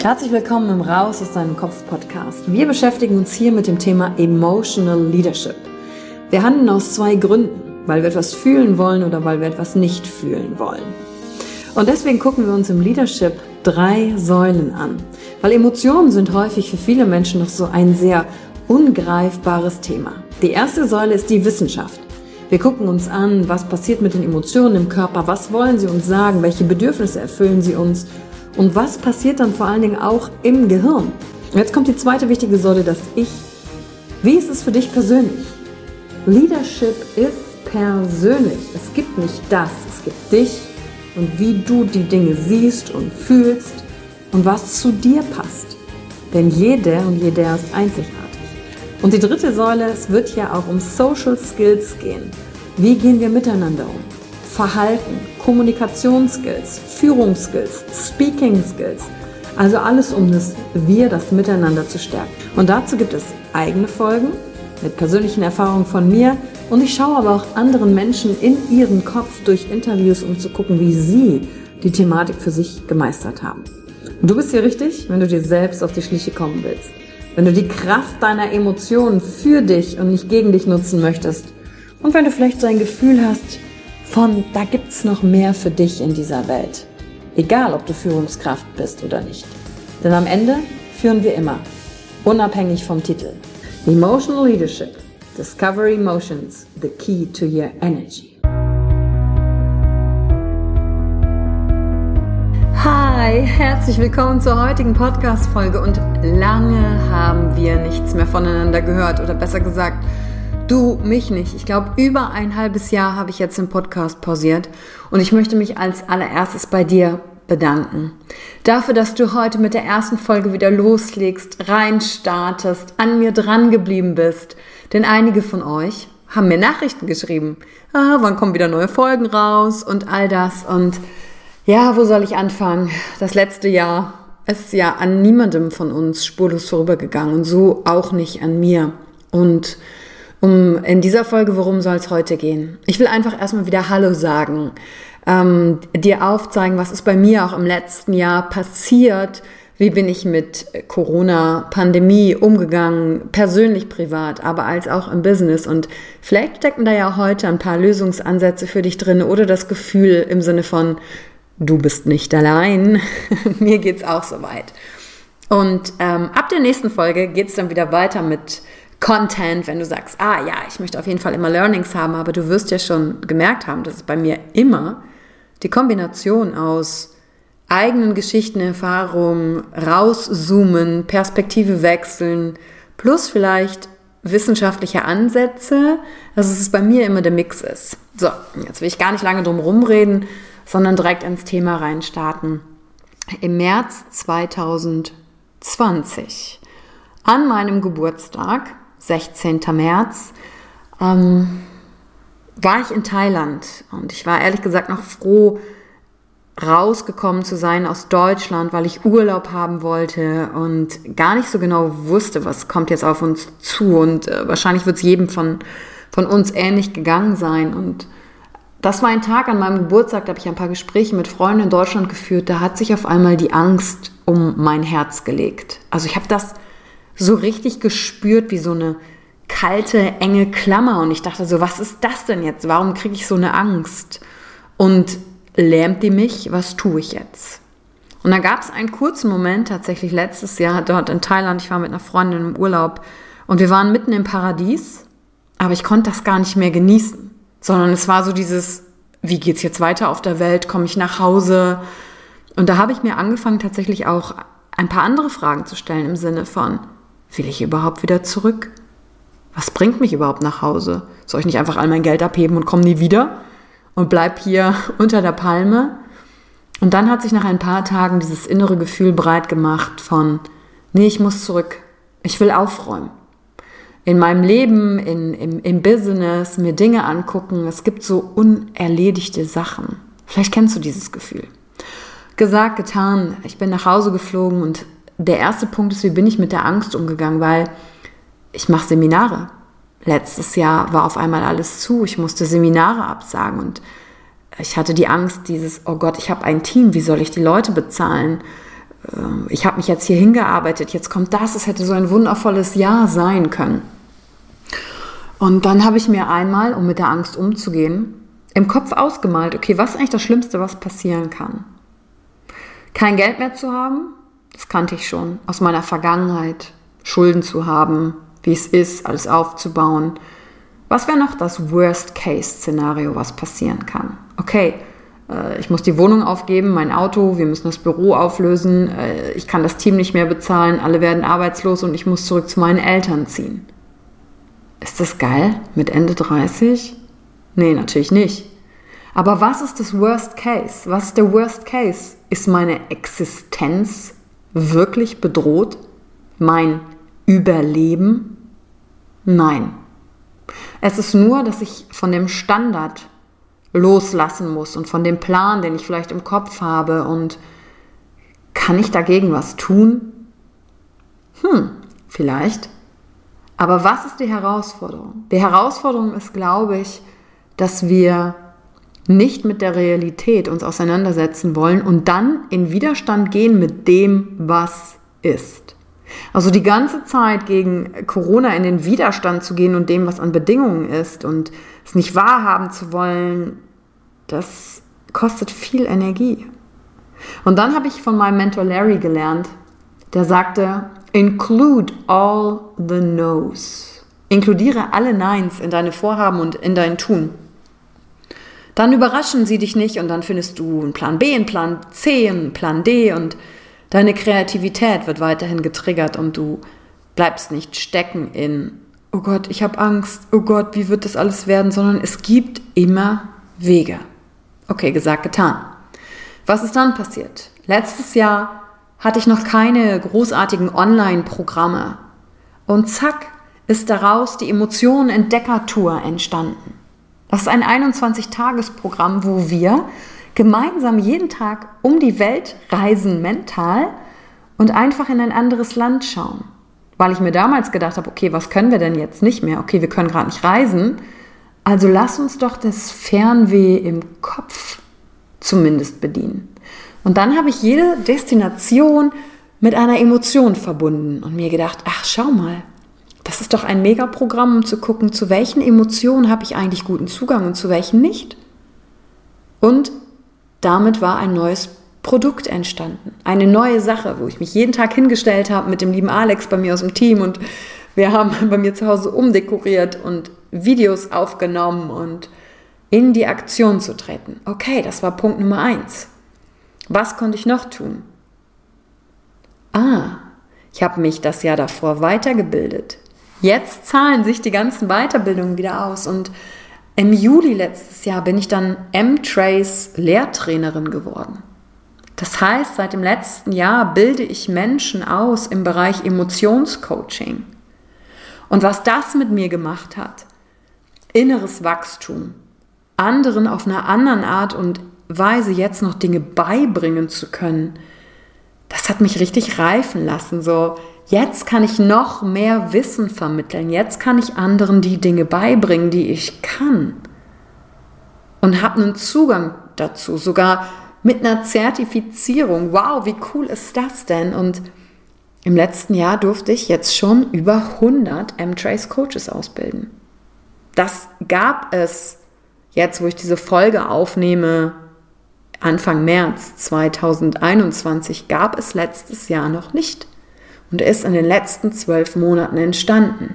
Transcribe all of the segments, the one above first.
Herzlich willkommen im Raus aus deinem Kopf Podcast. Wir beschäftigen uns hier mit dem Thema Emotional Leadership. Wir handeln aus zwei Gründen, weil wir etwas fühlen wollen oder weil wir etwas nicht fühlen wollen. Und deswegen gucken wir uns im Leadership 3 Säulen an, weil Emotionen sind häufig für viele Menschen noch so ein sehr ungreifbares Thema. Die erste Säule ist die Wissenschaft. Wir gucken uns an, was passiert mit den Emotionen im Körper, was wollen sie uns sagen, welche Bedürfnisse erfüllen sie uns und was passiert dann vor allen Dingen auch im Gehirn. Und jetzt kommt die zweite wichtige Säule, das Ich. Wie ist es für dich persönlich? Leadership ist persönlich. Es gibt nicht das, es gibt dich und wie du die Dinge siehst und fühlst und was zu dir passt. Denn jede und jeder ist einzigartig. Und die dritte Säule, es wird ja auch um Social Skills gehen. Wie gehen wir miteinander um? Verhalten, Kommunikationsskills, Führungsskills, Speaking Skills. Also alles um das Miteinander zu stärken. Und dazu gibt es eigene Folgen mit persönlichen Erfahrungen von mir. Und ich schaue aber auch anderen Menschen in ihren Kopf durch Interviews, um zu gucken, wie sie die Thematik für sich gemeistert haben. Und du bist hier richtig, wenn du dir selbst auf die Schliche kommen willst. Wenn du die Kraft deiner Emotionen für dich und nicht gegen dich nutzen möchtest. Und wenn du vielleicht so ein Gefühl hast, da gibt's noch mehr für dich in dieser Welt. Egal, ob du Führungskraft bist oder nicht. Denn am Ende führen wir immer, unabhängig vom Titel. Emotional Leadership. Discover Emotions, the key to your energy. Hi, herzlich willkommen zur heutigen Podcast-Folge und lange haben wir nichts mehr voneinander gehört oder besser gesagt, du, mich nicht. Ich glaube, über ein halbes Jahr habe ich jetzt den Podcast pausiert und ich möchte mich als allererstes bei dir bedanken. Dafür, dass du heute mit der ersten Folge wieder loslegst, reinstartest, an mir dran geblieben bist. Denn einige von euch haben mir Nachrichten geschrieben. Wann kommen wieder neue Folgen raus und all das. Und ja, wo soll ich anfangen? Das letzte Jahr ist ja an niemandem von uns spurlos vorübergegangen und so auch nicht an mir. Und in dieser Folge, worum soll es heute gehen? Ich will einfach erstmal wieder Hallo sagen, dir aufzeigen, was ist bei mir auch im letzten Jahr passiert, wie bin ich mit Corona, Pandemie umgegangen, persönlich, privat, aber als auch im Business. Und vielleicht stecken da ja heute ein paar Lösungsansätze für dich drin oder das Gefühl im Sinne von, du bist nicht allein, mir geht's auch soweit. Und ab der nächsten Folge geht's dann wieder weiter mit Content, wenn du sagst, ich möchte auf jeden Fall immer Learnings haben, aber du wirst ja schon gemerkt haben, dass es bei mir immer die Kombination aus eigenen Geschichten, Erfahrungen, rauszoomen, Perspektive wechseln, plus vielleicht wissenschaftliche Ansätze, dass es bei mir immer der Mix ist. So, jetzt will ich gar nicht lange drum rumreden, sondern direkt ins Thema reinstarten. Im März 2020, an meinem Geburtstag, 16. März, war ich in Thailand und ich war ehrlich gesagt noch froh, rausgekommen zu sein aus Deutschland, weil ich Urlaub haben wollte und gar nicht so genau wusste, was kommt jetzt auf uns zu und wahrscheinlich wird es jedem von uns ähnlich gegangen sein. Und das war ein Tag an meinem Geburtstag, da habe ich ein paar Gespräche mit Freunden in Deutschland geführt, da hat sich auf einmal die Angst um mein Herz gelegt. Also ich habe das so richtig gespürt wie so eine kalte, enge Klammer und ich dachte so, was ist das denn jetzt? Warum kriege ich so eine Angst? Und lähmt die mich? Was tue ich jetzt? Und dann gab es einen kurzen Moment, tatsächlich letztes Jahr dort in Thailand, ich war mit einer Freundin im Urlaub und wir waren mitten im Paradies, aber ich konnte das gar nicht mehr genießen, sondern es war so dieses, wie geht's jetzt weiter auf der Welt? Komme ich nach Hause? Und da habe ich mir angefangen, tatsächlich auch ein paar andere Fragen zu stellen im Sinne von, will ich überhaupt wieder zurück? Was bringt mich überhaupt nach Hause? Soll ich nicht einfach all mein Geld abheben und komme nie wieder und bleib hier unter der Palme? Und dann hat sich nach ein paar Tagen dieses innere Gefühl breit gemacht von, nee, ich muss zurück. Ich will aufräumen. In meinem Leben, im Business, mir Dinge angucken. Es gibt so unerledigte Sachen. Vielleicht kennst du dieses Gefühl. Gesagt, getan. Ich bin nach Hause geflogen und der erste Punkt ist, wie bin ich mit der Angst umgegangen, weil ich mache Seminare. Letztes Jahr war auf einmal alles zu. Ich musste Seminare absagen und ich hatte die Angst, oh Gott, ich habe ein Team, wie soll ich die Leute bezahlen? ich habe mich jetzt hier hingearbeitet, jetzt kommt das, es hätte so ein wundervolles Jahr sein können. Und dann habe ich mir einmal, um mit der Angst umzugehen, im Kopf ausgemalt, okay, was ist eigentlich das Schlimmste, was passieren kann? Kein Geld mehr zu haben, das kannte ich schon aus meiner Vergangenheit, Schulden zu haben, wie es ist, alles aufzubauen. Was wäre noch das Worst-Case-Szenario, was passieren kann? Okay, ich muss die Wohnung aufgeben, mein Auto, wir müssen das Büro auflösen, ich kann das Team nicht mehr bezahlen, alle werden arbeitslos und ich muss zurück zu meinen Eltern ziehen. Ist das geil mit Ende 30? Nee, natürlich nicht. Aber was ist das Worst Case? Was ist der Worst Case? Ist meine Existenz wirklich bedroht? Mein Überleben? Nein. Es ist nur, dass ich von dem Standard loslassen muss und von dem Plan, den ich vielleicht im Kopf habe. Und kann ich dagegen was tun? Vielleicht. Aber was ist die Herausforderung? Die Herausforderung ist, glaube ich, dass wir nicht mit der Realität uns auseinandersetzen wollen und dann in Widerstand gehen mit dem, was ist. Also die ganze Zeit gegen Corona in den Widerstand zu gehen und dem, was an Bedingungen ist und es nicht wahrhaben zu wollen, das kostet viel Energie. Und dann habe ich von meinem Mentor Larry gelernt, der sagte, include all the no's. Inkludiere alle Neins in deine Vorhaben und in dein Tun. Dann überraschen sie dich nicht und dann findest du einen Plan B, einen Plan C, einen Plan D und deine Kreativität wird weiterhin getriggert und du bleibst nicht stecken in, oh Gott, ich habe Angst, oh Gott, wie wird das alles werden, sondern es gibt immer Wege. Okay, gesagt, getan. Was ist dann passiert? Letztes Jahr hatte ich noch keine großartigen Online-Programme und zack, ist daraus die Emotionen-Entdecker-Tour entstanden. Das ist ein 21-Tages-Programm, wo wir gemeinsam jeden Tag um die Welt reisen mental und einfach in ein anderes Land schauen. Weil ich mir damals gedacht habe, okay, was können wir denn jetzt nicht mehr? Okay, wir können gerade nicht reisen, also lass uns doch das Fernweh im Kopf zumindest bedienen. Und dann habe ich jede Destination mit einer Emotion verbunden und mir gedacht, ach, schau mal, das ist doch ein Megaprogramm, um zu gucken, zu welchen Emotionen habe ich eigentlich guten Zugang und zu welchen nicht. Und damit war ein neues Produkt entstanden, eine neue Sache, wo ich mich jeden Tag hingestellt habe mit dem lieben Alex bei mir aus dem Team und wir haben bei mir zu Hause umdekoriert und Videos aufgenommen und in die Aktion zu treten. Okay, das war Punkt Nummer 1. Was konnte ich noch tun? Ich habe mich das Jahr davor weitergebildet. Jetzt zahlen sich die ganzen Weiterbildungen wieder aus und im Juli letztes Jahr bin ich dann M-Trace Lehrtrainerin geworden. Das heißt, seit dem letzten Jahr bilde ich Menschen aus im Bereich Emotionscoaching. Und was das mit mir gemacht hat, inneres Wachstum, anderen auf einer anderen Art und Weise jetzt noch Dinge beibringen zu können, das hat mich richtig reifen lassen. So, jetzt kann ich noch mehr Wissen vermitteln. Jetzt kann ich anderen die Dinge beibringen, die ich kann. Und habe einen Zugang dazu, sogar mit einer Zertifizierung. Wow, wie cool ist das denn? Und im letzten Jahr durfte ich jetzt schon über 100 M-Trace Coaches ausbilden. Das gab es jetzt, wo ich diese Folge aufnehme, Anfang März 2021, gab es letztes Jahr noch nicht und ist in den letzten 12 Monaten entstanden.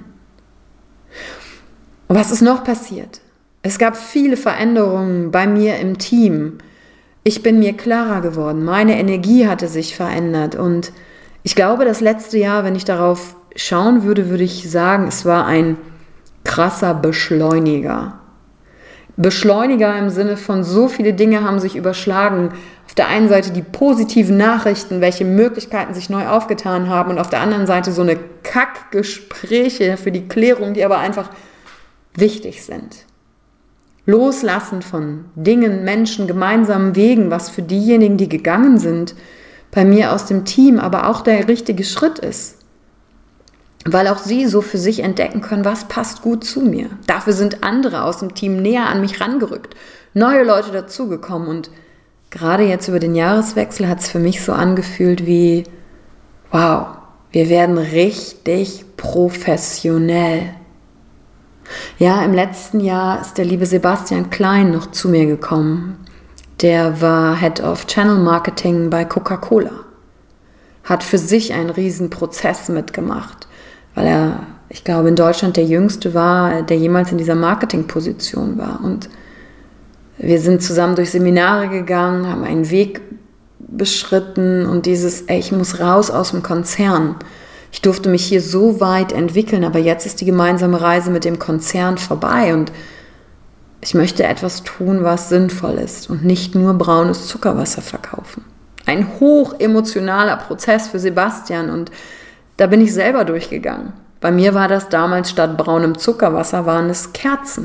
Und was ist noch passiert? Es gab viele Veränderungen bei mir im Team. Ich bin mir klarer geworden, meine Energie hatte sich verändert und ich glaube, das letzte Jahr, wenn ich darauf schauen würde, würde ich sagen, es war ein krasser Beschleuniger. Beschleuniger im Sinne von so viele Dinge haben sich überschlagen. Auf der einen Seite die positiven Nachrichten, welche Möglichkeiten sich neu aufgetan haben und auf der anderen Seite so eine Kackgespräche für die Klärung, die aber einfach wichtig sind. Loslassen von Dingen, Menschen, gemeinsamen Wegen, was für diejenigen, die gegangen sind, bei mir aus dem Team, aber auch der richtige Schritt ist. Weil auch sie so für sich entdecken können, was passt gut zu mir. Dafür sind andere aus dem Team näher an mich rangerückt, neue Leute dazugekommen und gerade jetzt über den Jahreswechsel hat es für mich so angefühlt wie, wow, wir werden richtig professionell. Ja, im letzten Jahr ist der liebe Sebastian Klein noch zu mir gekommen. Der war Head of Channel Marketing bei Coca-Cola. Hat für sich einen riesen Prozess mitgemacht, weil er, ich glaube, in Deutschland der Jüngste war, der jemals in dieser Marketingposition war. Und wir sind zusammen durch Seminare gegangen, haben einen Weg beschritten und ich muss raus aus dem Konzern. Ich durfte mich hier so weit entwickeln, aber jetzt ist die gemeinsame Reise mit dem Konzern vorbei und ich möchte etwas tun, was sinnvoll ist und nicht nur braunes Zuckerwasser verkaufen. Ein hochemotionaler Prozess für Sebastian und da bin ich selber durchgegangen. Bei mir war das damals statt braunem Zuckerwasser waren es Kerzen.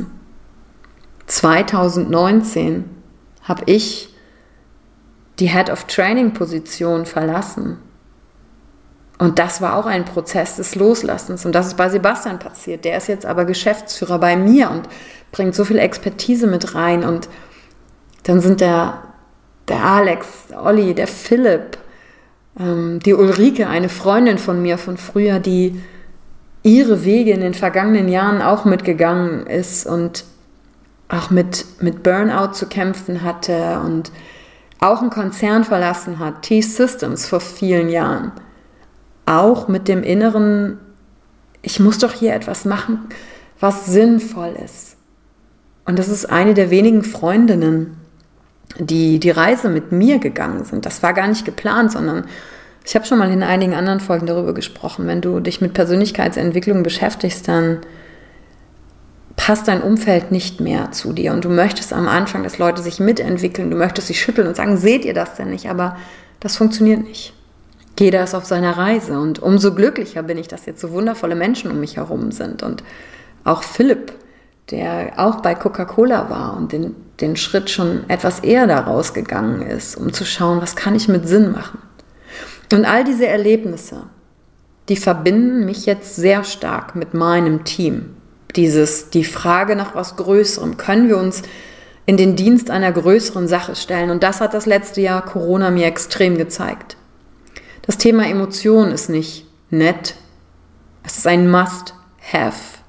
2019 habe ich die Head of Training Position verlassen. Und das war auch ein Prozess des Loslassens. Und das ist bei Sebastian passiert. Der ist jetzt aber Geschäftsführer bei mir und bringt so viel Expertise mit rein. Und dann sind der Alex, der Olli, der Philipp, die Ulrike, eine Freundin von mir von früher, die ihre Wege in den vergangenen Jahren auch mitgegangen ist und auch mit Burnout zu kämpfen hatte und auch einen Konzern verlassen hat, T-Systems vor vielen Jahren. Auch mit dem inneren, ich muss doch hier etwas machen, was sinnvoll ist. Und das ist eine der wenigen Freundinnen, die die Reise mit mir gegangen sind. Das war gar nicht geplant, sondern ich habe schon mal in einigen anderen Folgen darüber gesprochen. Wenn du dich mit Persönlichkeitsentwicklung beschäftigst, dann passt dein Umfeld nicht mehr zu dir. Und du möchtest am Anfang, dass Leute sich mitentwickeln, du möchtest sie schütteln und sagen, seht ihr das denn nicht? Aber das funktioniert nicht. Jeder ist auf seiner Reise und umso glücklicher bin ich, dass jetzt so wundervolle Menschen um mich herum sind. Und auch Philipp, der auch bei Coca-Cola war und den Schritt schon etwas eher da rausgegangen ist, um zu schauen, was kann ich mit Sinn machen. Und all diese Erlebnisse, die verbinden mich jetzt sehr stark mit meinem Team. Die Frage nach was Größerem, können wir uns in den Dienst einer größeren Sache stellen? Und das hat das letzte Jahr Corona mir extrem gezeigt. Das Thema Emotion ist nicht nett, es ist ein Must-Have.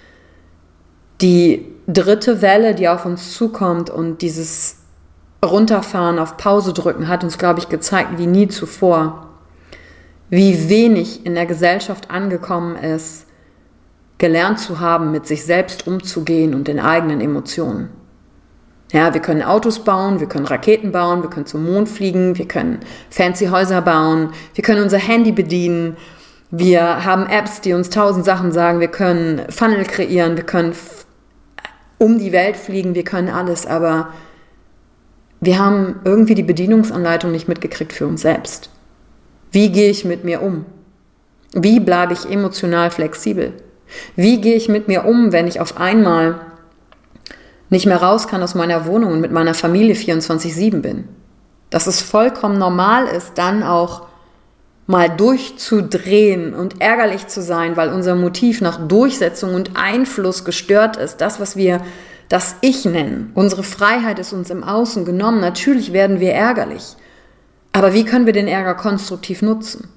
Die dritte Welle, die auf uns zukommt und dieses Runterfahren, auf Pause drücken, hat uns, glaube ich, gezeigt, wie nie zuvor, wie wenig in der Gesellschaft angekommen ist, gelernt zu haben, mit sich selbst umzugehen und den eigenen Emotionen. Ja, wir können Autos bauen, wir können Raketen bauen, wir können zum Mond fliegen, wir können fancy Häuser bauen, wir können unser Handy bedienen, wir haben Apps, die uns 1000 Sachen sagen, wir können Funnel kreieren, wir können um die Welt fliegen, wir können alles, aber wir haben irgendwie die Bedienungsanleitung nicht mitgekriegt für uns selbst. Wie gehe ich mit mir um? Wie bleibe ich emotional flexibel? Wie gehe ich mit mir um, wenn ich auf einmal nicht mehr raus kann aus meiner Wohnung und mit meiner Familie 24/7 bin? Dass es vollkommen normal ist, dann auch mal durchzudrehen und ärgerlich zu sein, weil unser Motiv nach Durchsetzung und Einfluss gestört ist. Das, was wir das Ich nennen. Unsere Freiheit ist uns im Außen genommen. Natürlich werden wir ärgerlich. Aber wie können wir den Ärger konstruktiv nutzen?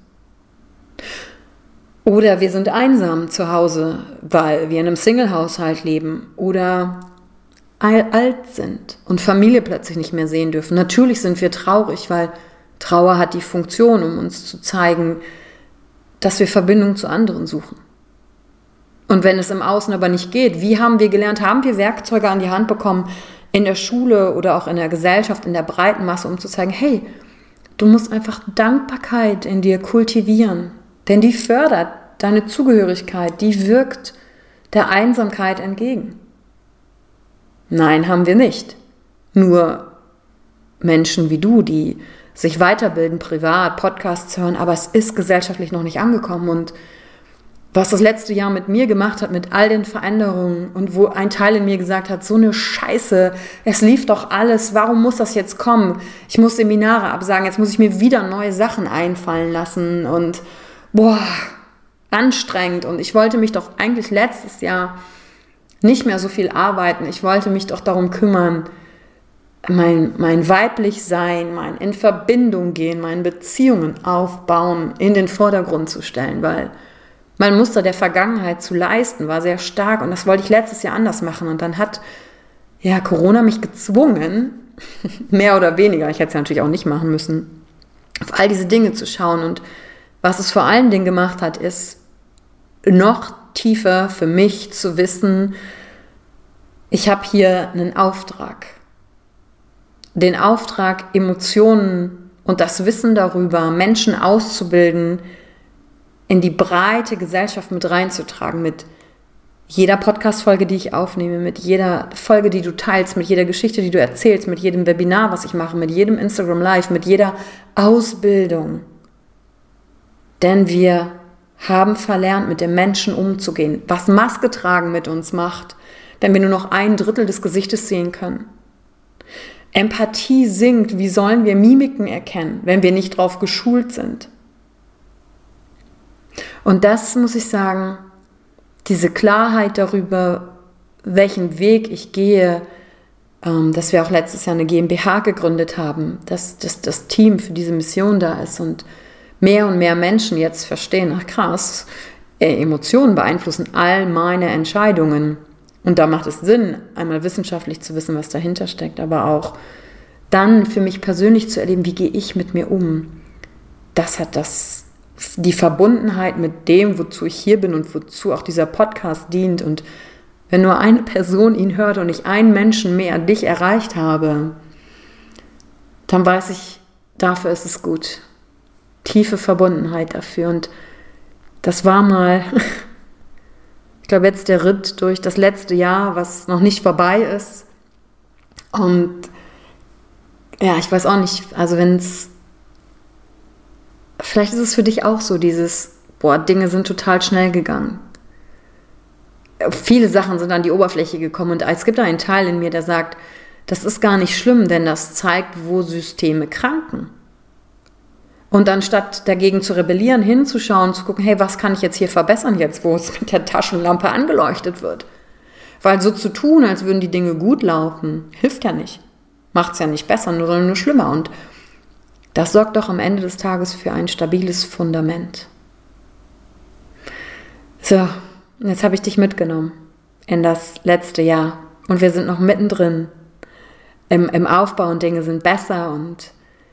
Oder wir sind einsam zu Hause, weil wir in einem Single-Haushalt leben oder alt sind und Familie plötzlich nicht mehr sehen dürfen. Natürlich sind wir traurig, weil Trauer hat die Funktion, um uns zu zeigen, dass wir Verbindung zu anderen suchen. Und wenn es im Außen aber nicht geht, wie haben wir gelernt, haben wir Werkzeuge an die Hand bekommen, in der Schule oder auch in der Gesellschaft, in der breiten Masse, um zu zeigen, hey, du musst einfach Dankbarkeit in dir kultivieren, denn die fördert deine Zugehörigkeit, die wirkt der Einsamkeit entgegen. Nein, haben wir nicht. Nur Menschen wie du, die sich weiterbilden, privat, Podcasts hören, aber es ist gesellschaftlich noch nicht angekommen. Und was das letzte Jahr mit mir gemacht hat, mit all den Veränderungen und wo ein Teil in mir gesagt hat, so eine Scheiße, es lief doch alles, warum muss das jetzt kommen? Ich muss Seminare absagen, jetzt muss ich mir wieder neue Sachen einfallen lassen und anstrengend. Und ich wollte mich doch eigentlich letztes Jahr nicht mehr so viel arbeiten. Ich wollte mich doch darum kümmern, mein weiblich Sein, mein in Verbindung gehen, meine Beziehungen aufbauen, in den Vordergrund zu stellen, weil mein Muster der Vergangenheit zu leisten war sehr stark und das wollte ich letztes Jahr anders machen und dann hat Corona mich gezwungen, mehr oder weniger, ich hätte es ja natürlich auch nicht machen müssen, auf all diese Dinge zu schauen und was es vor allen Dingen gemacht hat, ist noch tiefer für mich zu wissen, ich habe hier einen Auftrag. Den Auftrag, Emotionen und das Wissen darüber, Menschen auszubilden, in die breite Gesellschaft mit reinzutragen, mit jeder Podcast-Folge, die ich aufnehme, mit jeder Folge, die du teilst, mit jeder Geschichte, die du erzählst, mit jedem Webinar, was ich mache, mit jedem Instagram Live, mit jeder Ausbildung. Denn wir haben verlernt, mit den Menschen umzugehen, was Maske tragen mit uns macht, wenn wir nur noch 1/3 des Gesichtes sehen können. Empathie sinkt, wie sollen wir Mimiken erkennen, wenn wir nicht drauf geschult sind? Und das muss ich sagen, diese Klarheit darüber, welchen Weg ich gehe, dass wir auch letztes Jahr eine GmbH gegründet haben, dass das Team für diese Mission da ist und mehr und mehr Menschen jetzt verstehen, ach krass, Emotionen beeinflussen all meine Entscheidungen. Und da macht es Sinn, einmal wissenschaftlich zu wissen, was dahinter steckt, aber auch dann für mich persönlich zu erleben, wie gehe ich mit mir um. Das hat die Verbundenheit mit dem, wozu ich hier bin und wozu auch dieser Podcast dient. Und wenn nur eine Person ihn hört und ich einen Menschen mehr dich erreicht habe, dann weiß ich, dafür ist es gut. Tiefe Verbundenheit dafür. Und das war mal, ich glaube, jetzt der Ritt durch das letzte Jahr, was noch nicht vorbei ist. Und ja, ich weiß auch nicht, also vielleicht ist es für dich auch so, Dinge sind total schnell gegangen. Viele Sachen sind an die Oberfläche gekommen und es gibt einen Teil in mir, der sagt, das ist gar nicht schlimm, denn das zeigt, wo Systeme kranken. Und anstatt dagegen zu rebellieren, hinzuschauen, zu gucken, hey, was kann ich jetzt hier verbessern, jetzt wo es mit der Taschenlampe angeleuchtet wird? Weil so zu tun, als würden die Dinge gut laufen, hilft ja nicht. Macht es ja nicht besser, sondern nur schlimmer. Und das sorgt doch am Ende des Tages für ein stabiles Fundament. So, jetzt habe ich dich mitgenommen in das letzte Jahr. Und wir sind noch mittendrin im Aufbau und Dinge sind besser und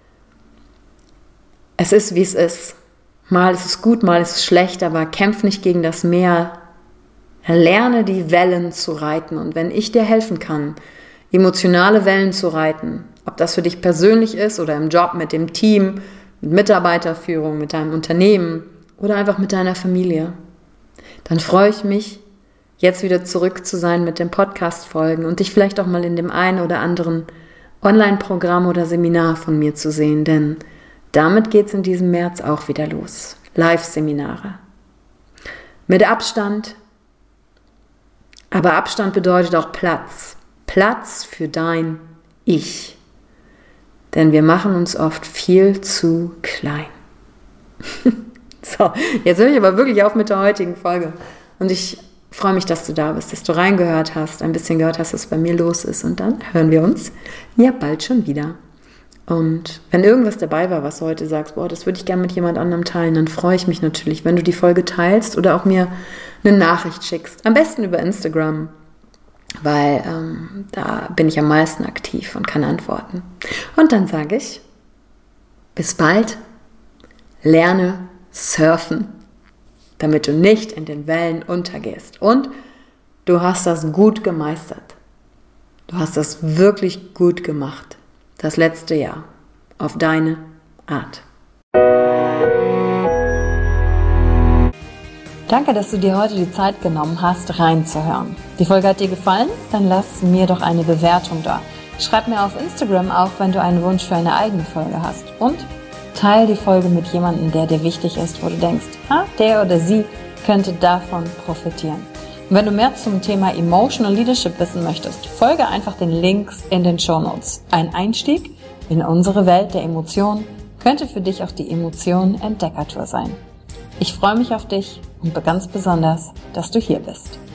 es ist, wie es ist. Mal ist es gut, mal ist es schlecht, aber kämpf nicht gegen das Meer. Lerne die Wellen zu reiten. Und wenn ich dir helfen kann, emotionale Wellen zu reiten, ob das für dich persönlich ist oder im Job, mit dem Team, mit Mitarbeiterführung, mit deinem Unternehmen oder einfach mit deiner Familie, dann freue ich mich, jetzt wieder zurück zu sein mit den Podcast-Folgen und dich vielleicht auch mal in dem einen oder anderen Online-Programm oder Seminar von mir zu sehen, denn damit geht es in diesem März auch wieder los. Live-Seminare. Mit Abstand, aber Abstand bedeutet auch Platz. Platz für dein Ich. Denn wir machen uns oft viel zu klein. So, jetzt höre ich aber wirklich auf mit der heutigen Folge. Und ich freue mich, dass du da bist, dass du reingehört hast, ein bisschen gehört hast, was bei mir los ist. Und dann hören wir uns ja bald schon wieder. Und wenn irgendwas dabei war, was du heute sagst, das würde ich gerne mit jemand anderem teilen, dann freue ich mich natürlich, wenn du die Folge teilst oder auch mir eine Nachricht schickst. Am besten über Instagram, weil da bin ich am meisten aktiv und kann antworten. Und dann sage ich, bis bald, lerne surfen, damit du nicht in den Wellen untergehst. Und du hast das gut gemeistert. Du hast das wirklich gut gemacht. Das letzte Jahr. Auf deine Art. Danke, dass du dir heute die Zeit genommen hast, reinzuhören. Die Folge hat dir gefallen? Dann lass mir doch eine Bewertung da. Schreib mir auf Instagram auch, wenn du einen Wunsch für eine eigene Folge hast. Und teile die Folge mit jemandem, der dir wichtig ist, wo du denkst, der oder sie könnte davon profitieren. Und wenn du mehr zum Thema Emotional Leadership wissen möchtest, folge einfach den Links in den Shownotes. Ein Einstieg in unsere Welt der Emotionen könnte für dich auch die Emotionen-Entdeckertour sein. Ich freue mich auf dich und ganz besonders, dass du hier bist.